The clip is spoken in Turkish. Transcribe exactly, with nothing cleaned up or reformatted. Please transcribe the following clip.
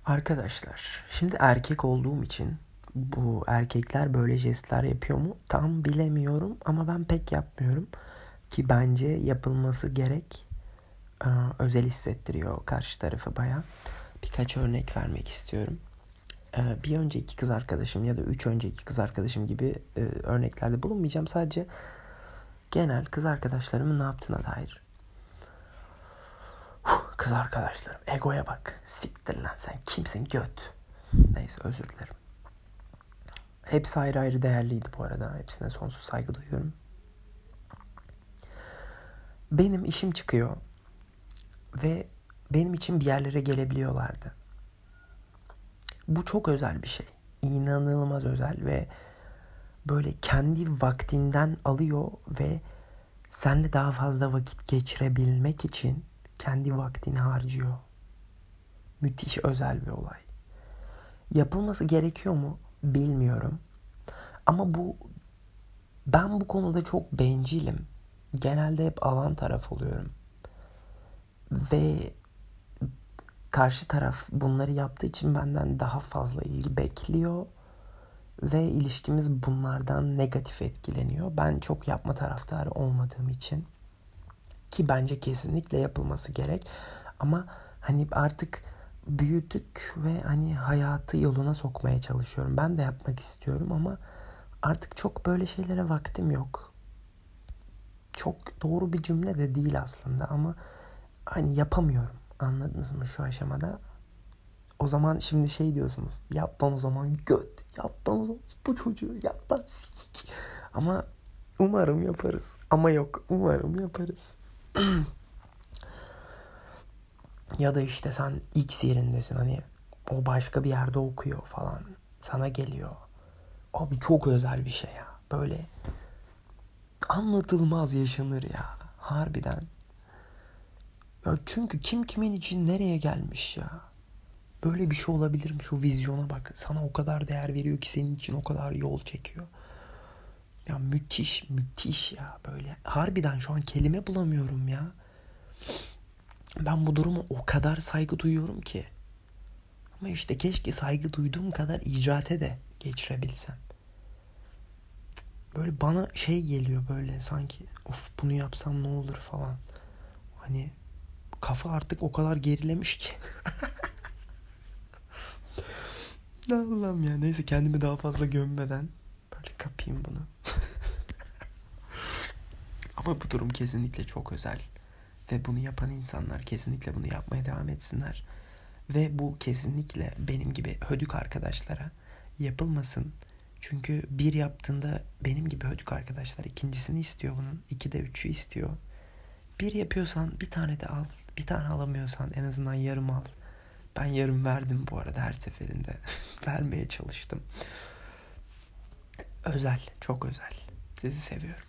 Arkadaşlar, şimdi erkek olduğum için bu erkekler böyle jestler yapıyor mu? Tam bilemiyorum ama ben pek yapmıyorum. Ki bence yapılması gerek. Ee, özel hissettiriyor karşı tarafı baya. Birkaç örnek vermek istiyorum. Ee, bir önceki kız arkadaşım ya da üç önceki kız arkadaşım gibi e, örneklerde bulunmayacağım. Sadece genel kız arkadaşlarımın ne yaptığına dair. Kız arkadaşlarım, egoya bak. Siktir lan, sen kimsin göt. Neyse, özür dilerim. Hepsi ayrı ayrı değerliydi bu arada. Hepsine sonsuz saygı duyuyorum. Benim işim çıkıyor ve benim için bir yerlere gelebiliyorlardı. Bu çok özel bir şey. İnanılmaz özel ve böyle kendi vaktinden alıyor ve seninle daha fazla vakit geçirebilmek için kendi vaktini harcıyor. Müthiş özel bir olay. Yapılması gerekiyor mu? Bilmiyorum. Ama bu ben bu konuda çok bencilim. Genelde hep alan taraf oluyorum. Ve karşı taraf bunları yaptığı için benden daha fazla ilgi bekliyor. Ve ilişkimiz bunlardan negatif etkileniyor. Ben çok yapma taraftarı olmadığım için. Ki bence kesinlikle yapılması gerek. Ama hani artık büyüdük ve hani hayatı yoluna sokmaya çalışıyorum. Ben de yapmak istiyorum ama artık çok böyle şeylere vaktim yok. Çok doğru bir cümle de değil aslında ama hani yapamıyorum. Anladınız mı şu aşamada? O zaman şimdi şey diyorsunuz. Yap lan o zaman göt. Yap lan o zaman bu çocuğu. Yap lan sik. Ama umarım yaparız. Ama yok, umarım yaparız. Ya da işte sen X yerindesin, hani o başka bir yerde okuyor falan. Sana geliyor. Abi çok özel bir şey ya. Böyle anlatılmaz yaşanır ya. Harbiden. Ya çünkü kim kimin için nereye gelmiş ya. Böyle bir şey olabilir mi? Şu vizyona bak. Sana o kadar değer veriyor ki senin için o kadar yol çekiyor. Ya müthiş, müthiş ya böyle. Harbiden şu an kelime bulamıyorum ya. Ben bu duruma o kadar saygı duyuyorum ki. Ama işte keşke saygı duyduğum kadar icraate de geçirebilsem. Böyle bana şey geliyor böyle sanki. Of, bunu yapsam ne olur falan. Hani kafa artık o kadar gerilemiş ki. Allah'ım ya, neyse, kendimi daha fazla gömmeden böyle kapayım bunu. Ama bu durum kesinlikle çok özel. Ve bunu yapan insanlar kesinlikle bunu yapmaya devam etsinler. Ve bu kesinlikle benim gibi hödük arkadaşlara yapılmasın. Çünkü bir yaptığında benim gibi hödük arkadaşlar ikincisini istiyor bunun. İki de üçü istiyor. Bir yapıyorsan bir tane de al. Bir tane alamıyorsan en azından yarım al. Ben yarım verdim bu arada her seferinde. Vermeye çalıştım. Özel, çok özel. Sizi seviyorum.